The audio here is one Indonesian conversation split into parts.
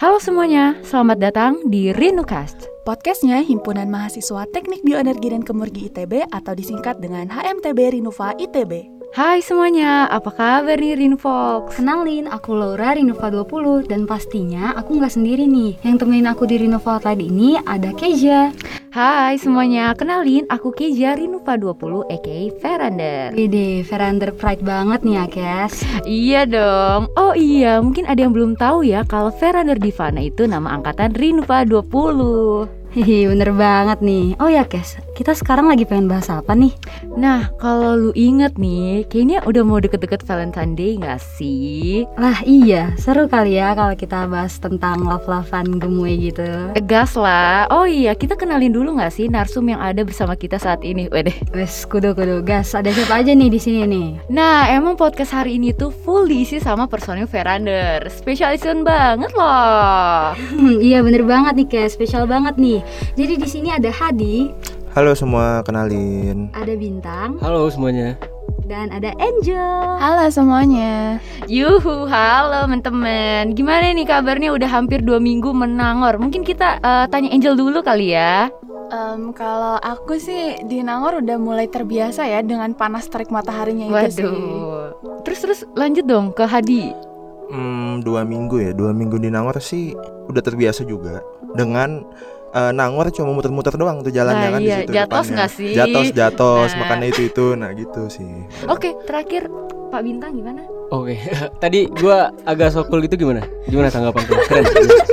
Halo semuanya, selamat datang di Rinukast. Podcastnya Himpunan Mahasiswa Teknik Bioenergi dan Kemurgi ITB atau disingkat dengan HMTB Rinuva ITB. Hai semuanya, apa kabar nih Rinvox? Kenalin, aku Laura Rinova 20 dan pastinya aku nggak sendiri nih. Yang temenin aku di Rinova tadi ini ada Keja. Hai semuanya, kenalin aku Keja Rinova 20 aka Verander. Wede, Verander Pride banget nih ya, Kes. Iya dong. Oh iya, mungkin ada yang belum tahu ya kalau Verander Divana itu nama angkatan Rinova 20. Hihi, bener banget nih. Oh ya, Kes, kita sekarang lagi pengen bahas apa nih? Nah, kalau lu inget nih, kayaknya udah mau deket-deket Valentine Day gak sih? Lah iya, seru kali ya kalau kita bahas tentang love-lovean gemuy gitu. Gas lah. Oh iya, kita kenalin dulu gak sih narsum yang ada bersama kita saat ini? Wedeh. Wes, kudu gas. Ada siapa aja nih di sini nih? Nah, emang podcast hari ini tuh full diisi sama personil Verander. Special edition banget loh. Iya bener banget nih, Kes, spesial banget nih. Jadi di sini ada Hadi. Halo semua, kenalin. Ada Bintang. Halo semuanya. Dan ada Angel. Halo semuanya. Yuhu, halo teman-teman. Gimana nih kabarnya udah hampir 2 minggu menangor? Mungkin kita tanya Angel dulu kali ya. Kalau aku sih di Nangor udah mulai terbiasa ya dengan panas terik mataharinya itu sih. Waduh. Terus lanjut dong ke Hadi. 2 minggu ya, 2 minggu di Nangor sih udah terbiasa juga. Dengan Nangor cuma muter-muter doang tuh jalannya Nah, kan iya, di situ jatos depannya. nggak sih? Jatos, Nah. makanya itu. Nah gitu sih. Oke, terakhir Pak Bintang gimana? Oke, tadi gua agak sokul gitu gimana? Gimana tanggapan lu? Keren.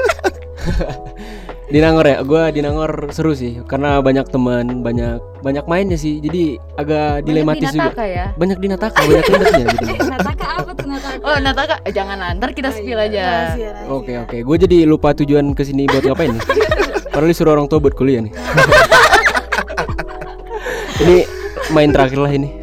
Di Nangor ya, gua di Nangor seru sih karena banyak teman, banyak mainnya sih. Jadi agak dilematis juga. Nataka ya? Banyak di Nataka, banyak ribetnya gitu. Nataka apa tuh Nataka? Oh, Nataka, jangan antar kita spill aja. Oke, gue jadi lupa tujuan kesini buat ngapain nih. Padahal disuruh orang tua buat kuliah nih. Ini main terakhir lah ini.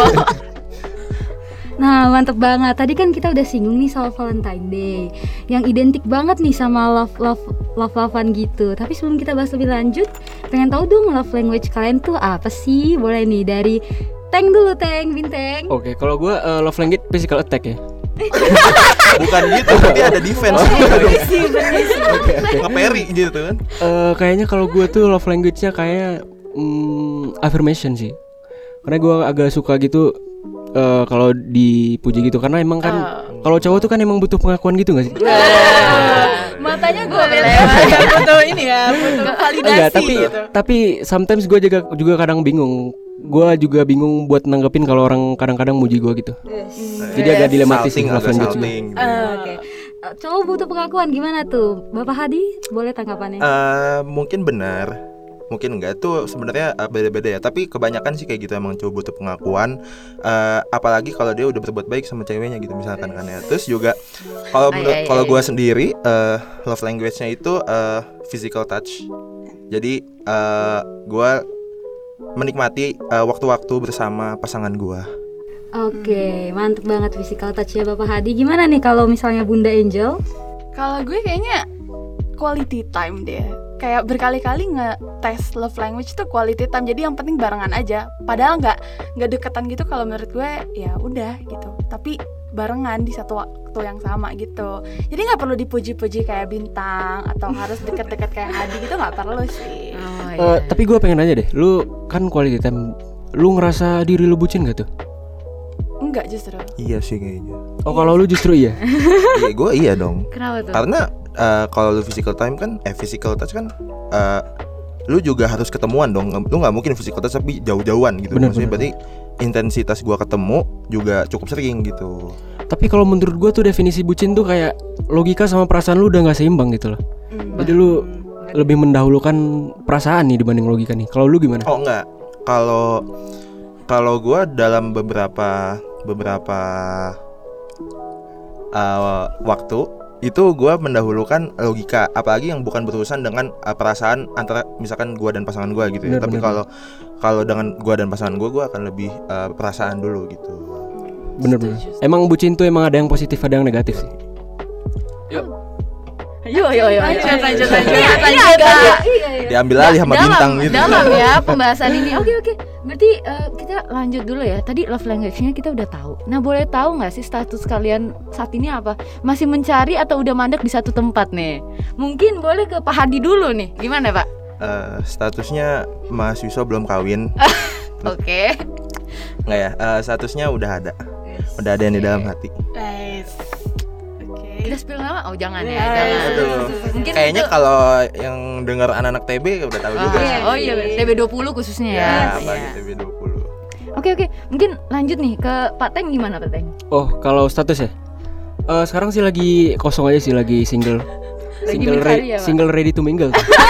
Nah mantep banget. Tadi kan kita udah singgung nih soal Valentine Day yang identik banget nih sama love-lovean gitu. Tapi sebelum kita bahas lebih lanjut, pengen tahu dong love language kalian tuh apa sih? Boleh nih dari Teng dulu, Bintang. Oke, kalau gua love language physical attack ya. Bukan gitu, tapi ada defense. Oke. Nge-parry gitu kan. Kayaknya kalau gue tuh love language-nya kayak affirmation sih. Karena gue agak suka gitu kalau dipuji gitu. Karena emang kan kalau cowok tuh kan emang butuh pengakuan gitu gak sih? Matanya gue butuh ini ya, butuh validasi. Enggak, gitu. tapi sometimes gue juga kadang bingung. Gue juga bingung buat nanggepin kalau orang kadang-kadang muji gue gitu. Jadi agak dilematis sih love language juga. Oke. Cowok butuh pengakuan gimana tuh? Bapak Hadi, boleh tanggapannya? Mungkin benar, mungkin enggak, tuh sebenarnya beda-beda ya. Tapi kebanyakan sih kayak gitu, emang coba butuh pengakuan. Apalagi kalau dia udah berbuat baik sama ceweknya gitu misalkan kan ya. Terus juga kalau gue sendiri love language-nya itu physical touch. Jadi gue menikmati waktu-waktu bersama pasangan gue. Oke, mantep banget physical touch ya Bapak Hadi. Gimana nih kalau misalnya Bunda Angel? Kalau gue kayaknya quality time deh. Kayak berkali-kali nge-tes love language tuh quality time. Jadi yang penting barengan aja. Padahal nggak deketan gitu kalau menurut gue ya udah gitu. Tapi barengan di satu waktu yang sama gitu. Jadi nggak perlu dipuji-puji kayak Bintang atau harus deket-deket kayak Hadi gitu, nggak perlu sih. Tapi gue pengen nanya deh, lu kan quality time, lu ngerasa diri lu bucin gak tuh? Enggak justru. Iya sih kayaknya. Oh kalau lu justru iya? Iya, gue iya dong. Kenapa tuh? Karena kalau lu physical time kan, physical touch kan, lu juga harus ketemuan dong. Lu nggak mungkin physical touch tapi jauh-jauhan gitu. Maksudnya berarti intensitas gua ketemu juga cukup sering gitu. Tapi kalau menurut gua tuh definisi bucin tuh kayak logika sama perasaan lu udah nggak seimbang gitu loh. Jadi lu lebih mendahulukan perasaan nih dibanding logika nih. Kalau lu gimana? Oh enggak. Kalau gua dalam beberapa waktu itu gue mendahulukan logika, apalagi yang bukan berurusan dengan perasaan antara misalkan gue dan pasangan gue gitu ya. Tapi kalau dengan gue dan pasangan gue akan lebih perasaan dulu gitu. Bener. Emang bucin tuh emang ada yang positif ada yang negatif sih. Yuk. Lanjut. Diambil alih sama Bintang gitu. Dalam ya pembahasan ini. Oke. Berarti kita lanjut dulu ya. Tadi love language-nya kita udah tahu. Nah, boleh tahu nggak sih status kalian saat ini apa? Masih mencari atau udah mandek di satu tempat nih? Mungkin boleh ke Pak Hadi dulu nih. Gimana, Pak? Statusnya mahasiswa belum kawin. Oke. Nggak ya, statusnya udah ada yang di dalam hati. Nice. Oke. Kita spill nama? Oh, jangan ya. Yes. Jangan. Aduh. Mungkin Kayaknya itu- kalau yang dengar anak-anak TB udah tahu juga. Oh iya, TB20 khususnya ya. Ya, Iya. bagi TB 20. Oke, mungkin lanjut nih ke Pak Teng. Gimana Pak Teng? Oh, kalau status ya? Sekarang sih lagi kosong aja sih, lagi single. Lagi Single, mencari ya, Pak? single ready to mingle.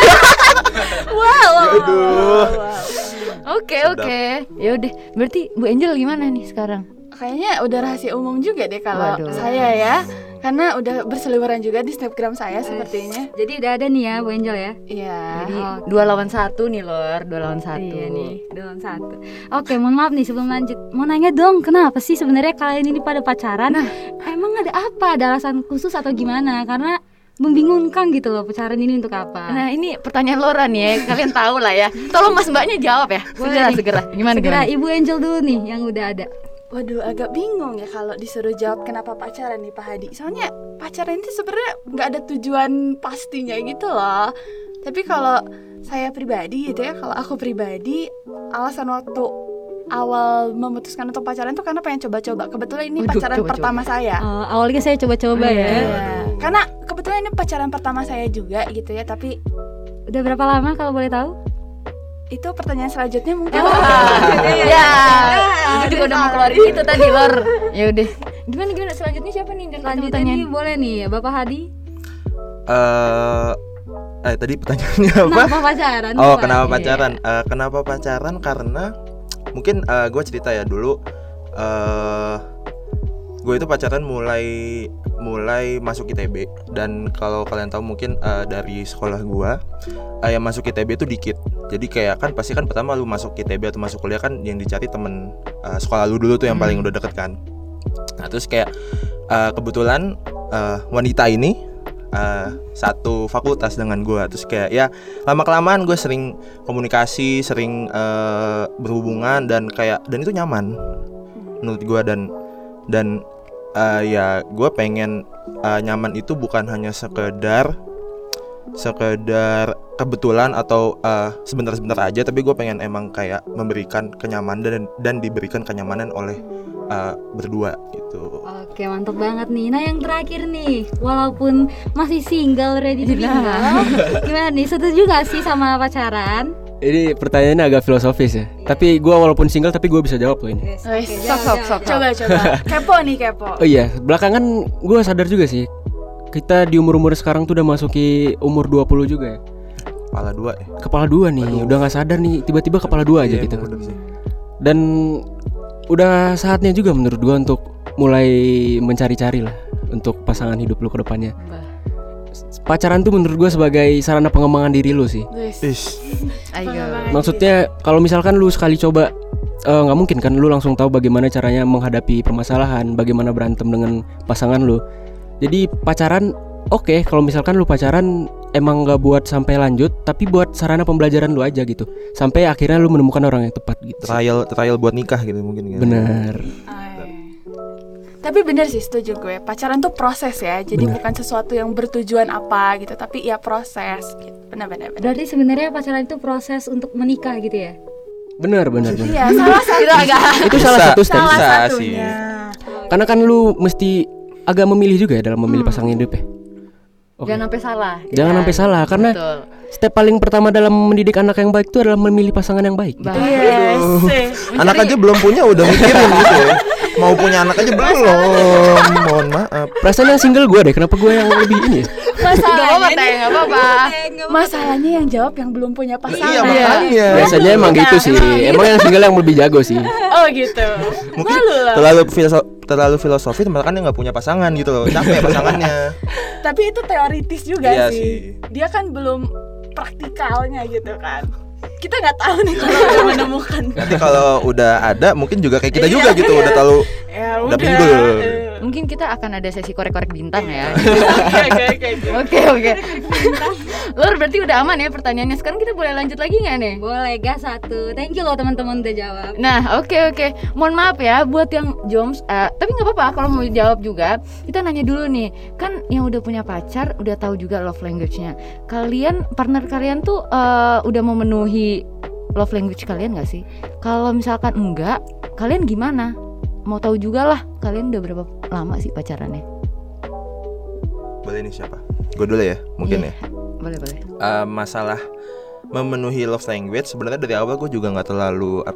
Aduh. Oke. Sedap. Ya udah. Berarti Bu Angel gimana nih sekarang? Kayaknya udah rahasia umum juga deh kalau Waduh. saya ya. Karena udah berseliweran juga di Snapgram saya sepertinya. Jadi udah ada nih ya Bu Angel ya. Iya. Jadi 2 lawan 1 nih Lor, 2 lawan 1. Iya nih, dalam satu. Oke, mohon maaf nih sebelum lanjut. Mau nanya dong, kenapa sih sebenarnya kalian ini pada pacaran? Emang ada apa? Ada alasan khusus atau gimana? Karena membingungkan gitu loh, pacaran ini untuk apa? Nah, ini pertanyaan Lora nih ya. Kalian tahu lah ya. Tolong Mas Mbaknya jawab ya. Segera. Gimana? Segera Ibu Angel dulu nih yang udah ada. Waduh, agak bingung ya kalau disuruh jawab kenapa pacaran nih Pak Hadi. Soalnya pacaran itu sebenarnya nggak ada tujuan pastinya gitu loh. Tapi kalau saya pribadi gitu ya, kalau aku pribadi alasan waktu awal memutuskan untuk pacaran itu karena pengen coba-coba. Kebetulan ini Waduh, pacaran coba-coba. pertama saya. Awalnya saya coba-coba ya. Iya. Karena kebetulan ini pacaran pertama saya juga gitu ya. Tapi Udah berapa lama kalau boleh tahu? itu pertanyaan selanjutnya mungkin. Ya. Aku juga udah mau keluarin itu tadi Lor. Ya udah. Gimana selanjutnya siapa nih yang Lanjutnya nih boleh nih ya Bapak Hadi. Tadi pertanyaannya apa? Kenapa pacaran? Oh, Pak? kenapa Iya. pacaran? Kenapa pacaran? Karena mungkin gue cerita ya dulu. Gue itu pacaran mulai masuk ITB, dan kalau kalian tahu mungkin dari sekolah gue yang masuk ITB itu dikit. Jadi kayak kan pasti kan pertama lu masuk ITB atau masuk kuliah kan yang dicari temen sekolah lu dulu tuh yang paling udah deket kan. Nah terus kayak kebetulan wanita ini satu fakultas dengan gue. Terus kayak ya lama-kelamaan gue sering komunikasi, sering berhubungan, dan itu nyaman menurut gue. Dan ya gue pengen nyaman itu bukan hanya sekedar kebetulan atau sebentar-sebentar aja, tapi gue pengen emang kayak memberikan kenyamanan dan diberikan kenyamanan oleh berdua gitu. Oke, mantap banget nih. Nah, yang terakhir nih, walaupun masih single ready to mingle, gimana nih? Setuju gak sih sama pacaran? Ini pertanyaannya agak filosofis ya. Tapi gue walaupun single tapi gue bisa jawab loh ini. Sok. Coba. Kepo nih, kepo. Oh iya, belakangan gue sadar juga sih. Kita di umur-umur sekarang tuh udah masuki umur 20 juga ya. Kepala dua ya. Kepala dua nih, udah gak sadar nih, tiba-tiba kepala dua aja Iya, gitu. bener sih. Dan udah saatnya juga menurut gue untuk mulai mencari-cari lah untuk pasangan hidup lu ke depannya. Pacaran tuh menurut gue sebagai sarana pengembangan diri lu sih. Ish. Ayo. Maksudnya kalau misalkan lu sekali coba, nggak mungkin kan lu langsung tahu bagaimana caranya menghadapi permasalahan, bagaimana berantem dengan pasangan lu. Jadi pacaran oke, kalau misalkan lu pacaran emang nggak buat sampai lanjut, tapi buat sarana pembelajaran lu aja gitu, sampai akhirnya lu menemukan orang yang tepat gitu. Trial buat nikah gitu mungkin kan. Bener. Tapi bener sih, setuju gue. Pacaran tuh proses ya. Jadi bukan sesuatu yang bertujuan apa gitu, tapi ya proses gitu. Benar. Berarti sebenarnya pacaran itu proses untuk menikah gitu ya? Bener. Iya, salah satu Itu salah satu step. salah Bisa satunya. Karena kan lu mesti agak memilih juga ya dalam memilih pasangan hidup ya. Oke. Jangan sampai salah. Jangan sampai salah, karena Betul. step paling pertama dalam mendidik anak yang baik itu adalah memilih pasangan yang baik. Gitu. Yes. Anak aja belum punya udah mikirin gitu ya. Mau punya anak aja belum. Mohon maaf. Perasaan yang single gue deh, kenapa gue yang lebih ini ya? Gak apa-apa. Masalahnya yang jawab yang belum punya pasangan. Iya makanya. Biasanya emang gitu sih. Emang yang single yang lebih jago sih. Oh gitu. Mungkin Malu lah. terlalu filosofi, malah kan dia nggak punya pasangan gitu loh. Capek pasangannya. Tapi itu teoritis juga Iya sih. sih. Dia kan belum praktikalnya gitu kan. Kita nggak tahu nih kalau udah menemukan. Nanti kalau udah ada mungkin juga kayak kita Iya, juga gitu, iya. udah terlalu Ya udah udah. pinggul. mungkin kita akan ada sesi korek-korek bintang ya. Oke. Oke. Lur, berarti udah aman ya pertanyaannya. Sekarang kita boleh lanjut lagi nggak nih? Boleh gas 1. Thank you loh teman-teman udah jawab. Nah, oke. Mohon maaf ya buat yang Joms, tapi nggak apa-apa kalau mau jawab juga. Kita nanya dulu nih, kan yang udah punya pacar, udah tahu juga love language-nya. Kalian, partner kalian tuh udah memenuhi love language kalian nggak sih? Kalau misalkan enggak, kalian gimana? Mau tahu juga lah, kalian udah berapa lama sih pacarannya? Boleh nih siapa? Gue dulu ya, mungkin Iya. ya. Boleh. Masalah memenuhi love language sebenarnya dari awal gue juga nggak terlalu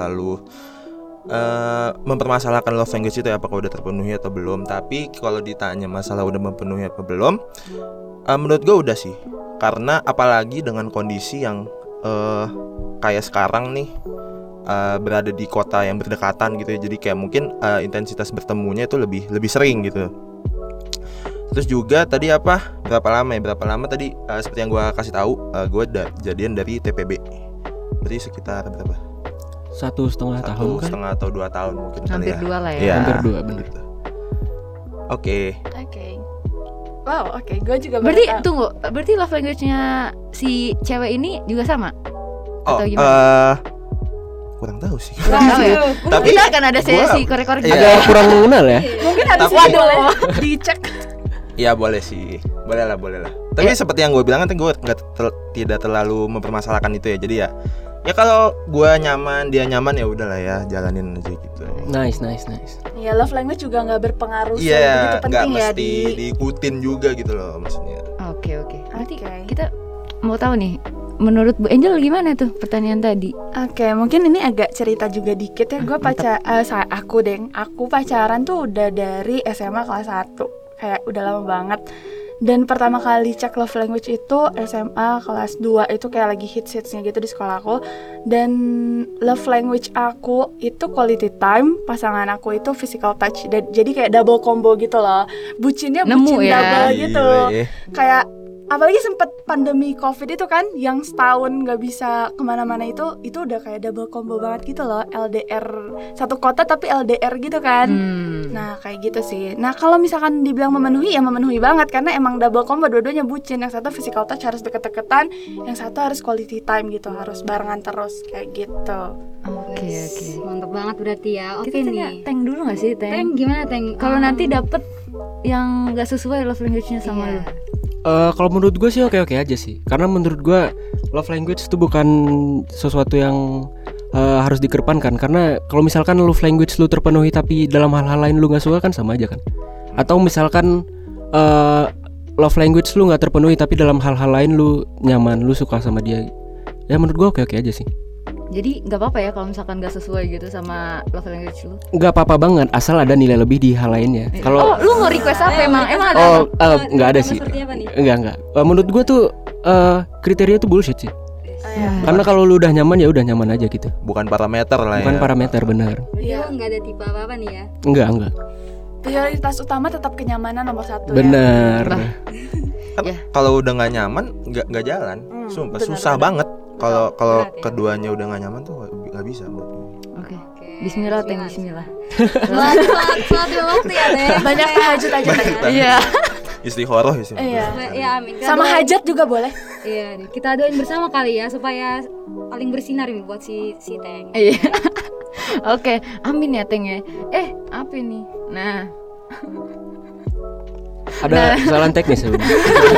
mempermasalahkan love language itu ya, apakah udah terpenuhi atau belum. Tapi kalau ditanya masalah udah memenuhi apa belum, menurut gue udah sih. Karena apalagi dengan kondisi yang kayak sekarang nih, berada di kota yang berdekatan gitu ya. Jadi kayak mungkin intensitas bertemunya itu lebih sering gitu. Terus juga tadi berapa lama tadi, seperti yang gue kasih tahu, gue jadian dari TPB. Berarti sekitar berapa? 1,5 tahun kan? 1,5 atau 2 tahun mungkin Hampir kali ya. 2 lah ya. Iya. Hampir 2 bener. Oke. Wow, oke. Gue juga Berarti baru tahu. tunggu, berarti love language-nya si cewek ini juga sama? Oh, Atau gimana? kurang tahu sih. Kurang tahu ya. Tapi Kita akan ada sesi korek-korek. Iya. Agak kurang mengenal ya. Mungkin habis Tapi- ini boleh dicek. Ya boleh sih, boleh lah. Tapi seperti yang gue bilang kan, gue tidak terlalu mempermasalahkan itu ya. Jadi ya kalau gue nyaman, dia nyaman, ya udahlah ya, jalanin aja gitu. Nice. Ya, love language juga nggak berpengaruh Iya, begitu nggak penting ya mesti diikutin juga gitu loh maksudnya. Oke. Berarti Oke. kita mau tahu nih, menurut Bu Angel gimana tuh pertanyaan tadi? Oke, mungkin ini agak cerita juga dikit ya. Gue aku pacaran tuh udah dari SMA kelas 1. Kayak udah lama banget. Dan pertama kali cek love language itu SMA kelas 2, itu kayak lagi hits-hitsnya gitu di sekolah aku. Dan love language aku itu quality time, pasangan aku itu physical touch. Jadi kayak double combo gitu loh. Bucinnya Nemu bucin ya. double gitu. Gile. Kayak apalagi sempet pandemi COVID itu kan, yang setahun nggak bisa kemana-mana, itu udah kayak double combo banget gitu loh. LDR satu kota tapi LDR gitu kan. Nah kayak gitu sih. Nah kalau misalkan dibilang memenuhi, ya memenuhi banget, karena emang double combo, dua-duanya bucin. Yang satu physical touch harus deket-deketan, yang satu harus quality time gitu, harus barengan terus kayak gitu. Oke. Mantap banget berarti ya. Oke Kita tanya nih. Teng dulu gak sih, Teng Teng? gimana Teng? Kalau nanti dapet yang gak sesuai love language-nya sama lu. Kalau menurut gue sih oke aja sih. Karena menurut gue love language itu bukan sesuatu yang harus dikedepankan. Karena kalau misalkan love language lu terpenuhi tapi dalam hal-hal lain lu nggak suka, kan sama aja kan. Atau misalkan love language lu nggak terpenuhi tapi dalam hal-hal lain lu nyaman, lu suka sama dia. Ya menurut gue oke aja sih. Jadi gak apa-apa ya kalau misalkan gak sesuai gitu sama love language lu. Nggak apa-apa banget asal ada nilai lebih di hal lainnya. Oh, Kalau lu mau request apa emang? Emang ada? oh nggak ada sih. Seperti apa nih? Enggak. Menurut gue tuh kriteria tuh bullshit sih. Ya. Karena kalau lu udah nyaman ya udah nyaman aja gitu. Bukan parameter lah Bukan ya. parameter, benar. Berarti Iya. lo nggak ada tipe apa-apa nih ya? Enggak. Prioritas utama tetap kenyamanan nomor 1 ya. Benar. Kan Ya. kalau udah nggak nyaman, nggak jalan. Sumpah benar, susah benar. banget. Kalau Berat ya. keduanya udah nggak nyaman tuh nggak bisa menurut gue. Oke. Bismillah, Teng, bismillah. Sholat dulu waktu ya Teng. Banyak tahajud aja Teng. Iya. Istikharah ya sih. Iya. Ya amin. Kita Sama doain- hajat juga boleh. Iya nih, kita doain bersama kali ya supaya paling bersinar nih buat si Teng. Iya. Oke, amin ya, Teng ya. Apa ini? Nah, Ada kesalahan teknis sebenarnya.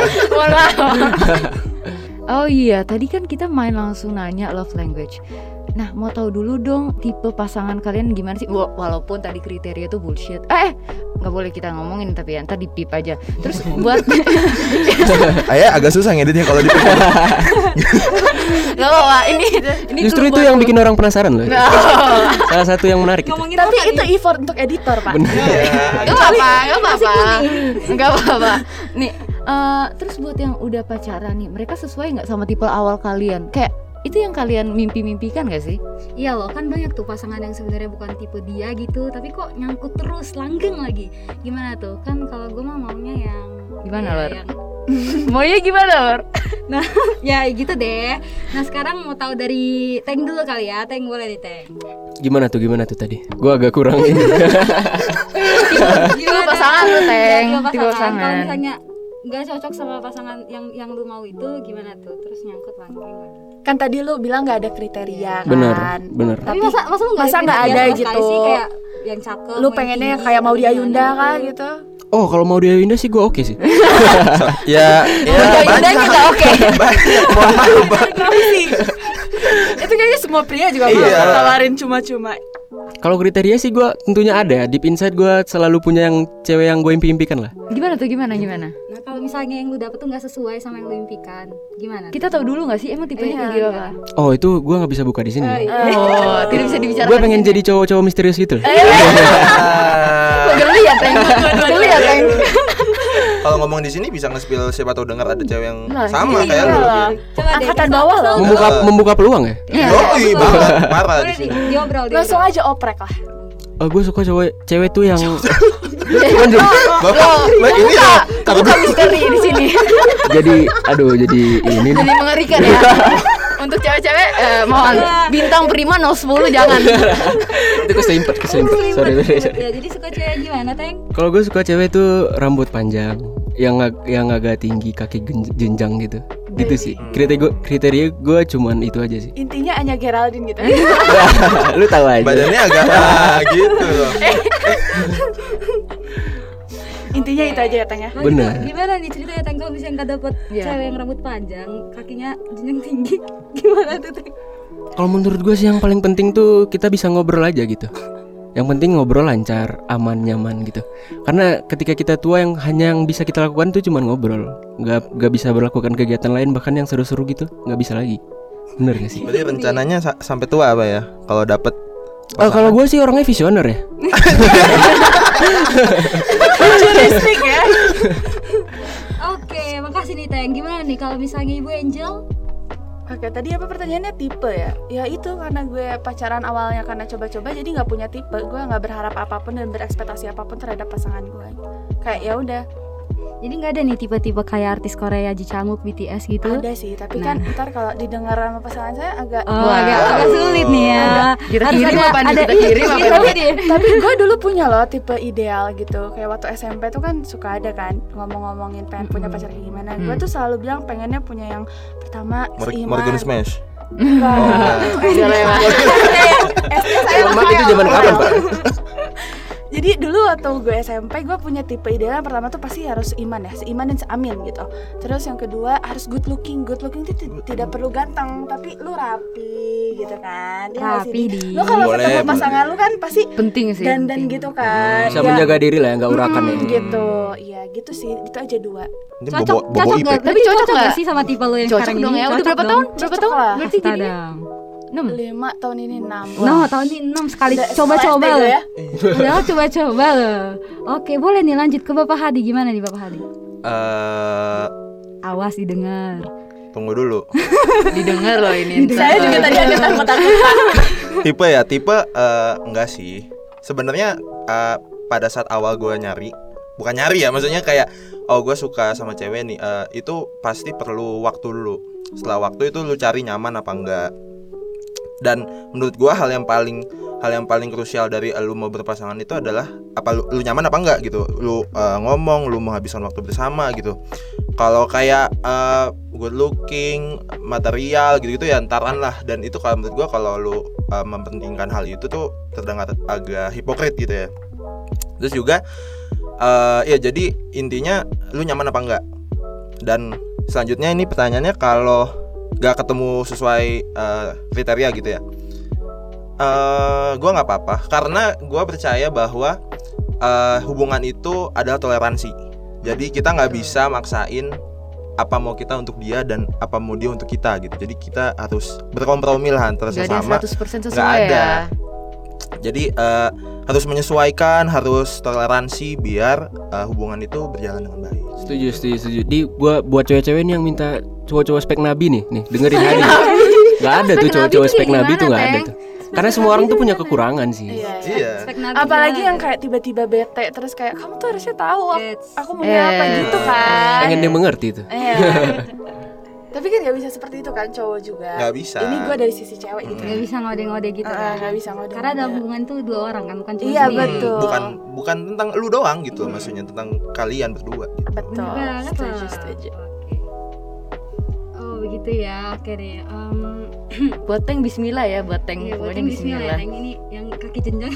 oh iya, tadi kan kita main langsung nanya love language. Nah, mau tahu dulu dong tipe pasangan kalian gimana sih? Walaupun tadi kriteria tuh bullshit. Nggak boleh kita ngomongin tapi ya, ntar di pip aja. Terus buat Ayah agak susah ngeditnya kalau di nggak apa-apa. Ini Justru clue itu buat yang lu. bikin orang penasaran loh. Nah, Salah satu yang menarik itu. Ngomongin Tapi apa itu nih? effort untuk editor, Pak. nggak apa-apa. Nggak apa-apa. Nih, terus buat yang udah pacaran nih, mereka sesuai nggak sama tipe awal kalian? Kayak itu yang kalian mimpi-mimpikan gak sih? Iya loh, kan banyak tuh pasangan yang sebenarnya bukan tipe dia gitu, tapi kok nyangkut terus, langgeng lagi. Gimana tuh? Kan kalau gue mah maunya yang Gimana, ya, Lor? yang Maunya gimana, Lor? Nah, ya gitu deh. Nah, sekarang mau tahu dari Teng dulu kali ya. Teng, boleh nih, Teng. Gimana tuh tadi? Gua agak kurang ini. Tipe pasangan lu, Teng. Tipe Tipe pasangan. Kalau pasangan. misalnya nggak cocok sama pasangan yang lu mau itu gimana tuh? Terus nyangkut lagi gimana? Kan tadi lu bilang nggak ada kriteria kan. Bener. Tapi masa lu masa nggak ada sama sekali gitu? sih, kayak yang cakep. Lu yang pengennya tinggi, kayak mau atau di Ayunda gimana kah gitu? gitu? Oh, kalau mau di Ayunda sih gue oke sih. Ya, Ayundanya nggak oke. banyak. Mohon maaf. Kenapa sih? Itu kayaknya semua pria juga Iya. mau tawarin cuma-cuma. Kalau kriteria sih gue tentunya ada. Deep inside gue selalu punya yang cewek yang gue impikan lah. Gimana tuh? Gimana? Nah, kalau misalnya yang lu dapet tuh nggak sesuai sama yang lu impikan, gimana? Kita tahu dulu nggak sih emang tipenya kayak gimana? Oh, itu gue nggak bisa buka di sini. Oh, tidak bisa dibicarakan. Gue pengen jadi cowok-cowok misterius gitu. Geli ya, Teng. Geli ya, Teng. Kalau ngomong di sini bisa nge-spill siapa tahu dengar ada cewek yang Nah, sama iya. kayak lu. Coba deh, Angkatan langsung- bawah loh. Membuka peluang ya? Iya. Yoi, banget parah di Boleh sini. diobrol. Langsung aja oprek lah. Gue suka cewek tuh yang Bapak, ini ya. Buka misteri di sini. jadi ini Jadi mengerikan ya. Untuk cewek-cewek mohon bintang prima 010 jangan. itu keselimpet. Sorry. Ya, jadi suka cewek gimana, Teng? Kalau gue suka cewek tuh rambut panjang, yang agak tinggi, kaki jenjang gitu. Gitu sih. Kriteria gue cuman itu aja sih. Intinya Anya Geraldine gitu. Lu tahu aja. Badannya agak gitu loh. Intinya itu aja ya Tanya. Nah, Bener. gitu. Gimana nih ceritanya, Teng, kalau misalnya nggak dapet Iya. cewek yang rambut panjang, kakinya jenjang tinggi, gimana tuh, Teng? Kalau menurut gue sih yang paling penting tuh kita bisa ngobrol aja gitu. Yang penting ngobrol lancar, aman, nyaman gitu. Karena ketika kita tua yang bisa kita lakukan tuh cuman ngobrol. Nggak bisa melakukan kegiatan lain, bahkan yang seru-seru gitu nggak bisa lagi. Bener gak sih? Berarti rencananya sampai tua apa ya? Kalau dapet Kalau gue sih orangnya visioner ya. Futuristik ya. Oke, makasih nih, Teng. Gimana nih kalau misalnya Ibu Angel? Oke, tadi apa pertanyaannya tipe ya? Ya itu karena gue pacaran awalnya karena coba-coba jadi nggak punya tipe. Gue nggak berharap apapun dan berekspektasi apapun terhadap pasangan gue. Kayak ya udah. Jadi nggak ada nih tipe-tipe kayak artis Korea, Ji Changwook, BTS gitu? Ada sih, tapi kan ntar kalau didengar sama pasangan saya agak Oh, Wow. agak sulit nih ya. Kita Harus kirim ada- apa nih? ada- Kita kirim apa iya, nih? tapi gue dulu punya loh tipe ideal gitu. Kayak waktu SMP tuh kan suka ada kan ngomong-ngomongin pengen punya pacar kayak gimana. Gue tuh selalu bilang pengennya punya yang pertama seiman. Morgan Smash. Enggak, itu Udah lewat. SD saya Mak itu zaman kapan, Pak? Jadi dulu waktu gue SMP gue punya tipe ideal yang pertama tuh pasti harus seiman ya, seiman dan seamin gitu. Terus yang kedua harus good looking itu tidak perlu ganteng tapi lu rapi gitu kan. Ya nggak sih, Rapi, Di? Di. Lu kalau Boleh, ketemu boleh. pasangan lu kan pasti Penting sih. dandan penting. gitu kan. Bisa Ya. menjaga diri lah ya, nggak urakan ya. Gitu. Iya gitu sih. Itu aja dua. Ini Cocok bobo IP. nggak? Tapi cocok nggak? sih sama tipe lo yang Cocok sekarang dong ini? ya. Udah Cocok berapa dong. tahun? Berapa Cocok tahun? lah. Berarti Kita jadi dong. 5 tahun ini 6. No, tahun ini 6 sekali. Udah Coba-coba setelah SD loh. gue ya. Udah coba-coba loh. Oke, boleh nih lanjut ke Bapak Hadi. Gimana nih Bapak Hadi? Awas didengar. Tunggu dulu. didengar loh ini. Saya juga tadi ada takut-takutan. Tipe ya, enggak sih. Sebenarnya pada saat awal gue bukan nyari ya, maksudnya kayak gue suka sama cewek nih, itu pasti perlu waktu dulu. Setelah waktu itu lu cari nyaman apa enggak. Dan menurut gue hal yang paling krusial dari lu mau berpasangan itu adalah apa lu nyaman apa enggak gitu. Lu ngomong, lu mau habiskan waktu bersama gitu. Kalau kayak good looking, material gitu-gitu ya entaran lah. Dan itu kalau menurut gue kalau lu mempentingkan hal itu tuh terdengar agak hipokrit gitu ya. Terus juga ya jadi intinya lu nyaman apa enggak. Dan selanjutnya ini pertanyaannya kalau gak ketemu sesuai kriteria gitu ya, gue nggak apa-apa karena gue percaya bahwa hubungan itu adalah toleransi. Jadi kita nggak bisa maksain apa mau kita untuk dia dan apa mau dia untuk kita gitu. Jadi kita harus berkompromi lah antara Gak ada sesama. 100% sesuai Nggak ada. ya. Jadi harus menyesuaikan, harus toleransi biar hubungan itu berjalan dengan baik. Setuju. Di gua buat cewek-cewek nih yang minta cowok-cowok spek nabi nih dengerin hari. Gak ada tuh Spek cowok-cowok nabi spek tuh nabi tuh gimana, gak ada Teng? tuh. Karena semua orang tuh punya kekurangan sih. Iya. Apalagi yang kayak tiba-tiba bete terus kayak kamu tuh harusnya tahu aku punya apa gitu kan. Pengen dia mengerti tuh. Iya. Tapi kan gak bisa seperti itu kan cowok juga. Nggak bisa. Ini gue dari sisi cewek gitu. Gak bisa ngode-ngode gitu kan. Gak bisa ngode. Karena dalam hubungan tuh dua orang kan, bukan cuma Iya sendiri. betul. Bukan tentang lu doang gitu, maksudnya tentang kalian berdua gitu. Betul. Bener banget Setuju, loh. setuju. Oke. Oh begitu ya, oke deh. Buat Teng bismillah ya, buat Teng. Iya, buat Pokoknya yang bismillah ya, yang ini yang kaki jenjang.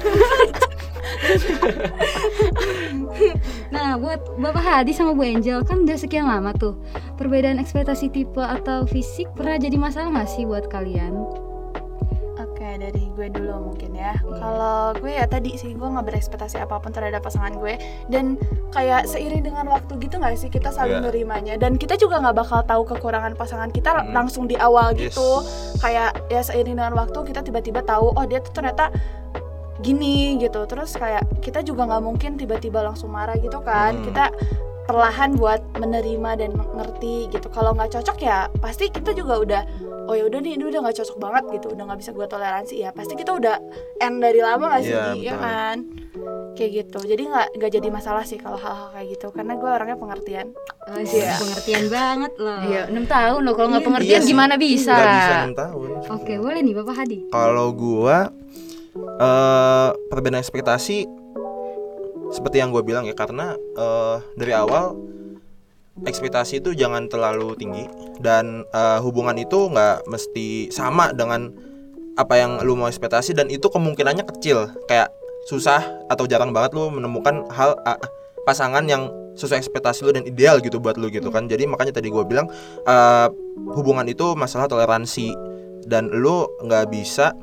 Nah, buat Bapak Hadi sama Bu Angel kan udah sekian lama tuh. Perbedaan ekspektasi tipe atau fisik pernah jadi masalah nggak sih buat kalian? Oke, dari gue dulu mungkin ya. Kalau gue ya tadi sih gue nggak berekspektasi apapun terhadap pasangan gue, dan kayak seiring dengan waktu gitu nggak sih kita saling nerimanya, dan kita juga nggak bakal tahu kekurangan pasangan kita langsung di awal gitu. Kayak ya seiring dengan waktu kita tiba-tiba tahu oh dia tuh ternyata gini gitu. Terus kayak kita juga nggak mungkin tiba-tiba langsung marah gitu kan. Kita perlahan buat menerima dan ngerti gitu. Kalau nggak cocok ya pasti kita juga udah oh ya udah nih ini udah nggak cocok banget gitu, udah nggak bisa gue toleransi ya pasti kita udah end dari lama nggak sih ya kan, kayak gitu. Jadi nggak jadi masalah sih kalau hal-hal kayak gitu karena gue orangnya pengertian. Pengertian banget loh. Iya, 6 tahun loh, kalau nggak pengertian Iya sih. gimana bisa? Nggak bisa 6 tahun. Oke, boleh nih Bapak Hadi. Kalau gua perbedaan ekspektasi seperti yang gue bilang ya, karena dari awal ekspektasi itu jangan terlalu tinggi, dan hubungan itu nggak mesti sama dengan apa yang lu mau ekspektasi, dan itu kemungkinannya kecil, kayak susah atau jarang banget lu menemukan pasangan yang sesuai ekspektasi lu dan ideal gitu buat lu gitu kan. Jadi makanya tadi gue bilang hubungan itu masalah toleransi, dan lu nggak bisa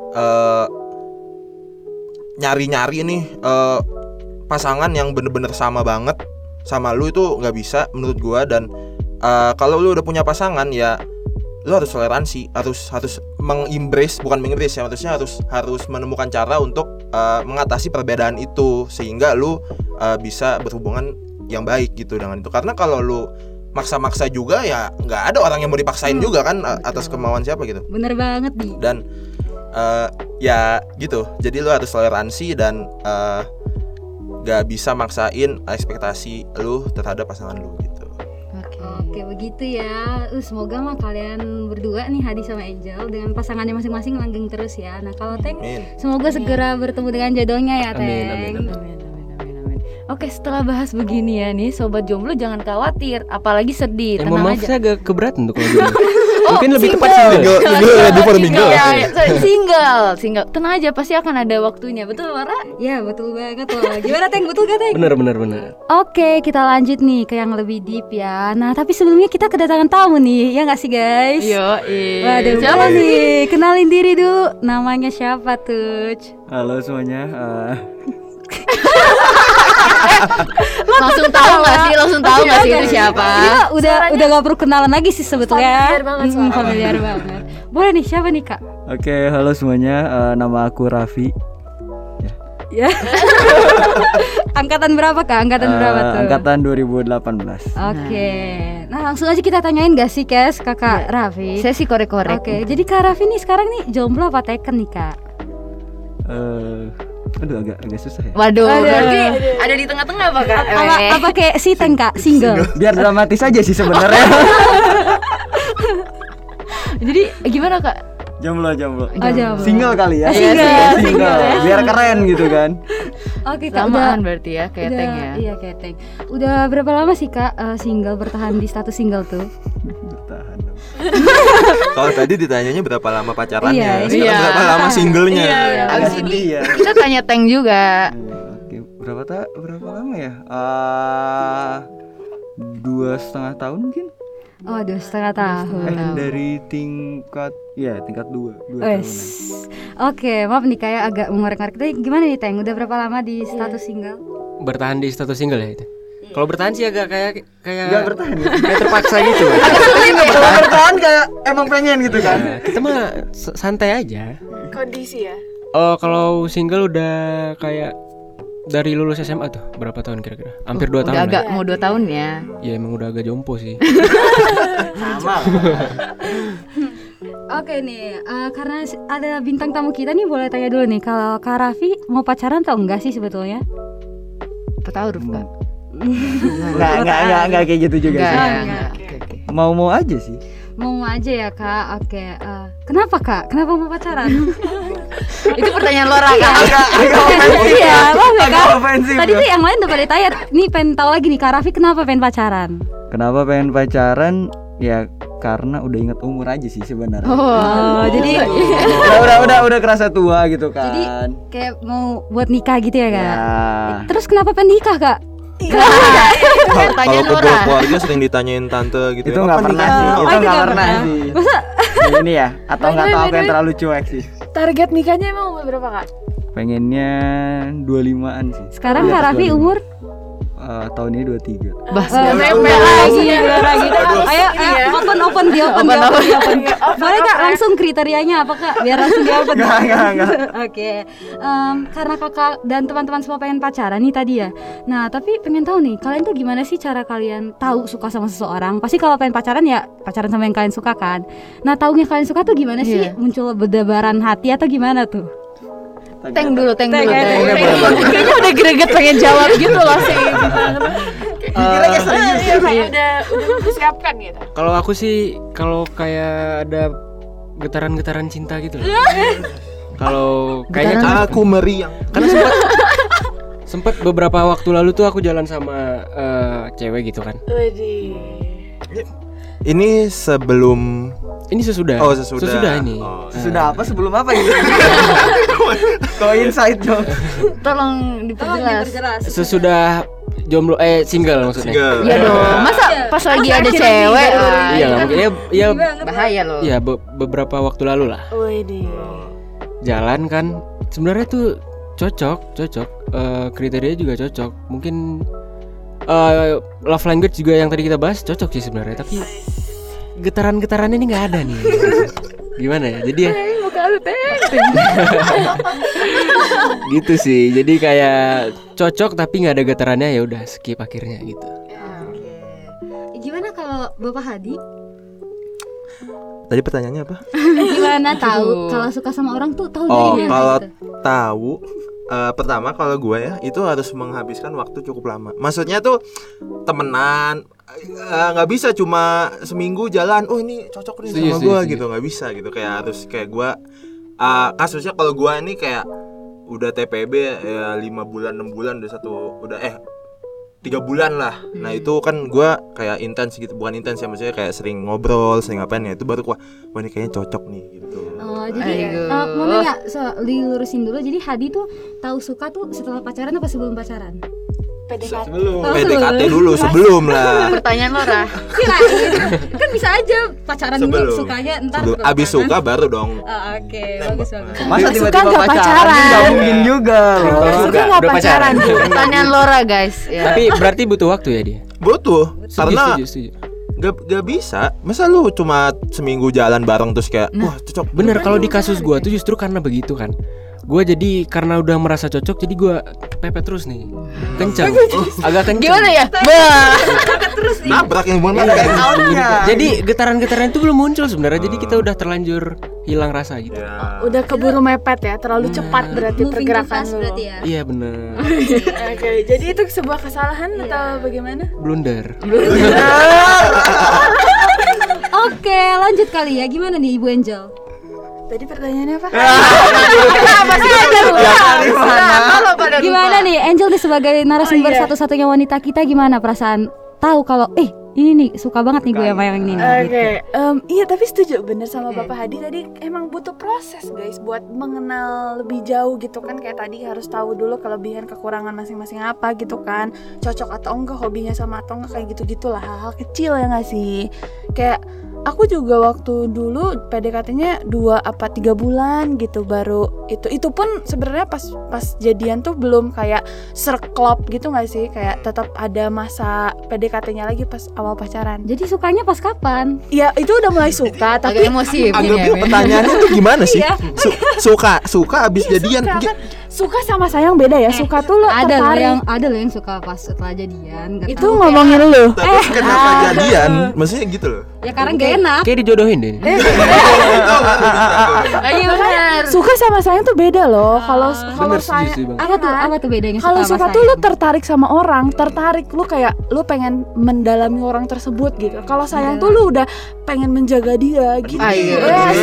nyari-nyari nih pasangan yang bener-bener sama banget sama lu, itu nggak bisa menurut gua. Dan kalau lu udah punya pasangan ya lu harus toleransi, harus mengembrace, bukan mengembrace ya, maksudnya harus menemukan cara untuk mengatasi perbedaan itu sehingga lu bisa berhubungan yang baik gitu dengan itu. Karena kalau lu maksa-maksa juga ya nggak ada orang yang mau dipaksain juga kan atas kemauan siapa gitu. Bener banget nih. Dan ya gitu, jadi lu harus toleransi dan gak bisa maksain ekspektasi lu terhadap pasangan lu gitu. Oke begitu ya. Semoga mah kalian berdua nih Hadi sama Angel dengan pasangannya masing-masing langgeng terus ya. Nah kalau Teng, semoga segera bertemu dengan jodohnya ya Teng. Amin. Oke, setelah bahas begini ya nih sobat jomblo, jangan khawatir, apalagi sedih, Mohon tenang maaf, aja. saya agak keberatan tuh kalau gitu. Mungkin lebih tepat Single. Tenang aja, pasti akan ada waktunya. Betul, Mara? Ya betul banget loh. Gimana Teng, betul gak Teng? Bener. Oke, kita lanjut nih ke yang lebih deep ya. Nah tapi sebelumnya kita kedatangan tamu nih, ya nggak sih guys? Yo, Waduh, siapa nih? Kenalin diri dulu. Namanya siapa tuh? Halo semuanya. Langsung tahu nggak sih itu siapa? Udah gak perlu kenalan lagi sih sebetulnya. Familiar banget suaranya. Familiar banget. Boleh nih, siapa nih Kak? Oke, halo semuanya. Nama aku Raffi. Ya. Angkatan berapa Kak? Angkatan berapa tuh? Angkatan 2018. Oke. Nah langsung aja kita tanyain gak sih Kes Kakak Raffi? Saya sih korek-korek. Oke, jadi Kak Raffi nih sekarang nih jomblo apa teken nih Kak? Aduh agak susah ya. Waduh, berarti ada di tengah-tengah apa Kak? Apa kayak si Teng Kak? Single. Biar dramatis aja sih sebenarnya. Jadi gimana Kak? Jomblo. Jomblo. Single kali ya. Single. Biar keren gitu kan. Oke Kak, Samaan berarti ya, kayak Teng ya. Iya kayak Teng. Udah berapa lama sih Kak single, bertahan di status single tuh? Bertahan dong. Kalau tadi ditanyanya berapa lama pacarannya, Iya. sekarang berapa lama singlenya. Abis Agak ini sedih ya. kita tanya Teng juga. Oke, berapa lama ya? 2,5 tahun mungkin. Oh 2,5 tahun. Dari tingkat 2 Wes. tahunan. Oke, maaf nih kayak agak mengorek-ngorek. Tapi gimana nih Teng? Udah berapa lama di status single? Bertahan di status single ya itu. Kalau bertahan sih agak kayak Enggak bertahan. kayak terpaksa gitu. Kalau bertahan kayak emang pengen gitu kan. Nah, kita mah santai aja. Kondisi ya. Oh, kalau single udah kayak dari lulus SMA tuh berapa tahun kira-kira? Hampir 2 tahun. Udah agak lah. mau 2 tahun ya. Ya emang udah agak jompo sih. Sama. Oke nih, karena ada bintang tamu kita nih, boleh tanya dulu nih, kalau Kak Raffi mau pacaran atau enggak sih sebetulnya? Apa tahu Ruf Kak? Enggak kayak gitu juga Enggak, sih. ya, enggak. Oke. Mau aja sih. Mau aja ya Kak, oke. Kenapa Kak? Kenapa mau pacaran? Itu pertanyaan Lora Kak. Iya, maaf ya Kak. Ofensif. Tadi tuh yang lain udah pada tanya. Nih pengen tahu lagi nih, Kak Raffi kenapa pengen pacaran? Kenapa pengen pacaran? Ya karena udah inget umur aja sih sebenarnya. Oh, jadi Udah kerasa tua gitu kan. jadi kayak mau buat nikah gitu ya Kak? Ya. Terus kenapa pengen nikah Kak? Kalau Pertanyaan kumpul Lora. keluarga sering ditanyain tante gitu. Itu ya, nggak "Kapan pernah nikah?" sih. Oh, Itu itu nggak nggak pernah pernah. sih. Masa Ini ya. Atau nggak tahu aku yang terlalu cuek sih. Target nikahnya emang umur berapa Kak? Pengennya 25-an sih. sekarang Di Kak atas Raffi 25. umur? Tahun ini 23. Bah, Udah lagi. Ayo, ya. open di open. Boleh Kak langsung kriterianya apa Kak? Biar langsung di open. Enggak. Oke. Karena Kakak dan teman-teman semua pengen pacaran nih tadi ya. Nah, tapi pengen tahu nih, kalian tuh gimana sih cara kalian tahu suka sama seseorang? Pasti kalau pengen pacaran ya pacaran sama yang kalian suka kan. Nah, taunya kalian suka tuh gimana sih? Iya. Muncul berdebaran hati atau gimana tuh? Teng dulu. Kayaknya udah greget pengen jawab gitu loh sih. Udah mempersiapkan gitu. Kalau aku sih kalau kayak ada getaran-getaran cinta gitu loh. Kalau kayaknya Aku meriang. karena sempat beberapa waktu lalu tuh aku jalan sama cewek gitu kan. Ini sebelum Ini sesudah. Oh, sesudah. ini. Oh. Sudah apa sebelum apa ini? Kok insight dong. Tolong diperjelas. Sesudah jomblo single maksudnya. Single. Iya dong. Masa pas lagi ada cewek? Iya lah mungkin ya Bahaya loh. ya beberapa waktu lalu lah. Jalan kan sebenarnya tuh cocok kriteria juga cocok. Mungkin love language juga yang tadi kita bahas cocok sih sebenarnya, tapi getaran-getaran ini nggak ada nih. Gimana ya? Jadi ya gitu sih. Jadi kayak cocok tapi nggak ada getarannya, ya udah skip akhirnya gitu. Gimana kalau Bapak Hadi? Tadi pertanyaannya apa? Gimana tahu kalau suka sama orang tuh tahu Oh, dari mana kalau gitu? tahu pertama kalau gue ya itu harus menghabiskan waktu cukup lama. Maksudnya tuh temenan nggak bisa cuma seminggu jalan. Oh ini cocok nih sama gue gitu, nggak bisa gitu. Kayak harus kayak gue kasusnya kalau gue ini kayak udah TPB ya 5 bulan 6 bulan udah 3 bulan lah. Nah itu kan gue kayak intens gitu, bukan intens ya, maksudnya kayak sering ngobrol, sering ngapain ya, itu baru wah ini kayaknya cocok nih gitu. Oh, jadi mau nanya, dilurusin dulu. Jadi Hadi tuh tahu suka tuh setelah pacaran apa sebelum pacaran? PDKT. PDKT dulu sebelum lah. Pertanyaan Lora. Kan bisa aja pacaran dulu, Sebelum. sukanya ntar Sebelum setelah abis pacaran. suka baru dong. Oke, bagus. Masa Suka tiba-tiba nggak pacaran? pacaran? Nggak mungkin juga loh. Suka nggak udah pacaran. pacaran? Pertanyaan Lora guys. Ya. Tapi berarti butuh waktu ya dia. Butuh karena Setuju. gak bisa. Masa lu cuma seminggu jalan bareng terus kayak wah cocok. Bener, kalau di kasus gua tuh justru karena begitu kan. Gua jadi karena udah merasa cocok, jadi gua pepet terus nih. Kencang. Agak kencang. Gimana ya? Nabrak yang bener kayak Jadi getaran-getaran itu belum muncul sebenarnya. Jadi kita udah terlanjur hilang rasa gitu. ya. Udah keburu mepet ya, terlalu cepat berarti Moving too pergerakan fast lu. berarti ya. Iya bener. Oke, jadi itu sebuah kesalahan atau bagaimana? Blunder. Oke, lanjut kali ya. Gimana nih Ibu Angel? Tadi pertanyaannya apa? Gimana nih Angel nih sebagai narasumber satu-satunya wanita kita, gimana perasaan tahu kalau ini nih suka banget nih gue sama yang ini nih, gitu. Iya tapi setuju bener sama Bapak Hadi tadi, emang butuh proses guys buat mengenal lebih jauh gitu kan. Kayak tadi harus tahu dulu kelebihan kekurangan masing-masing apa gitu kan, cocok atau enggak, hobinya sama atau enggak, kayak gitu-gitulah, hal-hal kecil ya nggak sih. Kayak aku juga waktu dulu PDKT-nya 2 apa 3 bulan gitu baru itu pun sebenarnya pas jadian tuh belum kayak serklop gitu nggak sih, kayak tetap ada masa PDKT-nya lagi pas awal pacaran. Jadi sukanya pas kapan? Ya itu udah mulai suka tapi Agak emosi Agak bingung pertanyaannya tuh gimana sih? Suka abis jadian. Suka sama sayang beda ya. Suka tuh lo ada tertarik. lo yang suka pas setelah jadian. Nggak Itu tahu. ngomongin lu. Tapi kenapa jadian? Maksudnya gitu loh. Ya karena gak enak. Kayak dijodohin deh. Ayo benar. Suka sama sayang tuh beda loh. Kalau Bener sayang sih Bang. Apa tuh bedanya kalau sama suka tuh sayang? lu tertarik sama orang, tertarik lu kayak lu pengen mendalami orang tersebut gitu. Kalau sayang tuh lu udah pengen menjaga dia gitu. Ayo.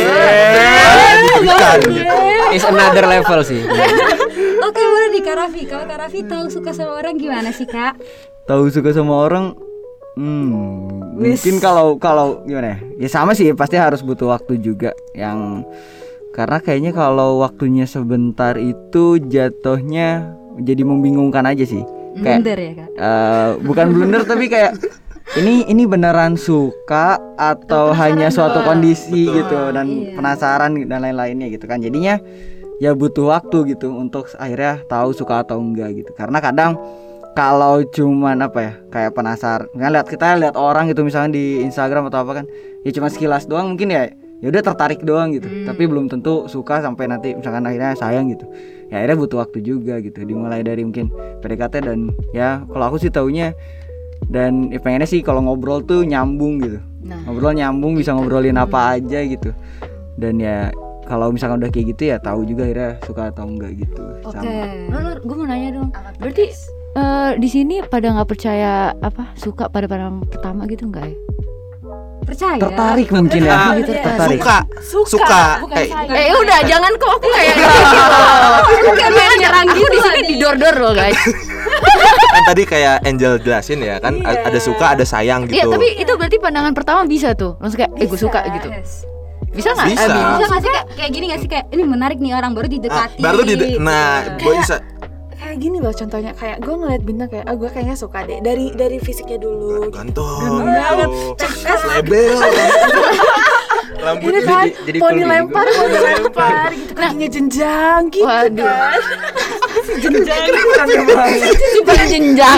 Bukan gitu. Is another level sih. Oke, boleh nih Kak Raffi. Kalau Kak Raffi tahu suka sama orang gimana sih, Kak? Tahu suka sama orang, mungkin kalau gimana ya? Ya sama sih, pasti harus butuh waktu juga. Yang karena kayaknya kalau waktunya sebentar itu jatuhnya jadi membingungkan aja sih. Blunder ya, Kak? Bukan blunder tapi kayak ini beneran suka atau hanya suatu kondisi gitu dan penasaran dan lain-lainnya gitu kan. Jadinya ya butuh waktu gitu untuk akhirnya tahu suka atau enggak gitu. Karena kadang kalau cuman apa ya, kayak penasaran, kita lihat orang gitu misalnya di Instagram atau apa kan, ya cuma sekilas doang mungkin ya udah tertarik doang gitu. Tapi belum tentu suka sampai nanti misalkan akhirnya sayang gitu. Ya akhirnya butuh waktu juga gitu. Dimulai dari mungkin PDKT dan ya kalau aku sih taunya dan ya pengennya sih kalau ngobrol tuh nyambung gitu. Ngobrol nyambung, bisa ngobrolin apa aja gitu. Dan ya kalau misalkan udah kayak gitu ya tahu juga akhirnya suka atau enggak gitu. Oke. Gue mau nanya dong. Berarti di sini pada nggak percaya suka pada pandangan pertama gitu nggak ya? Percaya? Tertarik mungkin ya. Tertarik. Suka. bukan Kayak sayang. Udah jangan kok aku kayak Bukan main nyerang aku gitu di sini Adi. didor-dor loh guys. kan tadi kayak Angel jelasin ya kan, ada suka ada sayang Iya, gitu. tapi itu berarti pandangan pertama bisa tuh. Langsung kayak gue suka gitu. Bisa nggak? Bisa. Bisa nggak sih kayak gini nggak sih, kayak ini menarik nih orang baru didekati. Gue bisa. Kayak gini loh contohnya, kayak gue ngeliat bintang kayak gue kayaknya suka deh dari fisiknya dulu. Ganteng. Label. Rambutnya Ini kan jadi poni cool lempar gitu, kakinya jenjang gitu. Waduh. Kan. Super jenjang.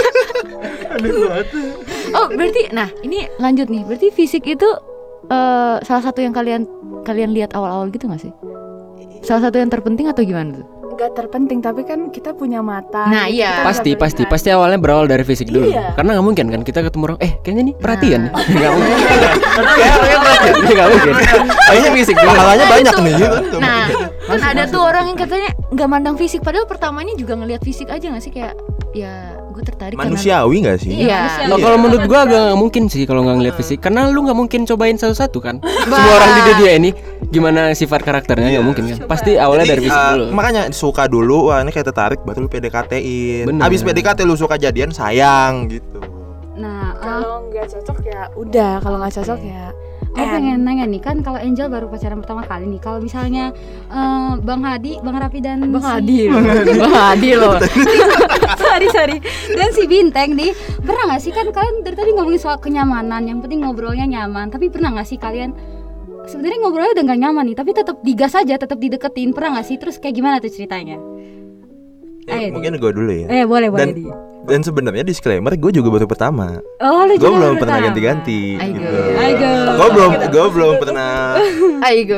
Oh berarti, nah ini lanjut nih. Berarti fisik itu salah satu yang kalian lihat awal-awal gitu nggak sih? Salah satu yang terpenting atau gimana tuh? Gak terpenting, tapi kan kita punya mata. Nah, gitu, iya. kita bisa Pasti melihat. awalnya berawal dari fisik dulu. Iya. Karena nggak mungkin kan kita ketemu orang, kayaknya nih perhatian. Nggak mungkin. Kayak orangnya perhatian, nggak mungkin. Kayaknya fisik dulu. Pahalanya banyak itu. nih gitu. Nah, kan ada tuh orang yang katanya nggak mandang fisik, padahal pertamanya juga ngelihat fisik aja nggak sih, kayak ya gue tertarik Manusiawi nggak sih? Iya. Oh, kalau menurut gua agak nggak mungkin sih kalau nggak ngeliat fisik, karena lu nggak mungkin cobain satu-satu kan. Semua orang di dunia ini gimana sifat karakternya nggak mungkin kan. Pasti awalnya dari fisik dulu. Makanya suka dulu, wah ini kayak tertarik, baru lu PDKT-in. Bener. Abis PDKT lu suka jadian sayang gitu. Nah, Kalau nggak cocok ya udah, kalau nggak cocok ya. aku pengen nanya nih, kan kalau Angel baru pacaran pertama kali nih. Kalau misalnya Bang Hadi, Bang Raffi dan Bang Hadi loh. sorry dan si Bintang nih, pernah nggak sih, kan kalian dari tadi ngomongin soal kenyamanan, yang penting ngobrolnya nyaman, tapi pernah nggak sih kalian sebenarnya ngobrolnya udah nggak nyaman nih, tapi tetap digas aja, tetap dideketin, pernah nggak sih? Terus kayak gimana tuh ceritanya? Ayo, Mungkin gue dulu ya. boleh Di. Dan sebenarnya disclaimer, gue juga baru pertama. Oh, lu Gue juga belum baru pernah tahu. ganti-ganti. Aigo. Gitu. Aigo. Gue belum pernah Aigo.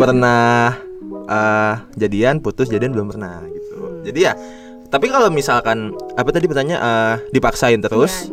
jadian, putus jadian belum pernah gitu. Jadi ya, tapi kalau misalkan apa tadi pertanyaan dipaksain terus,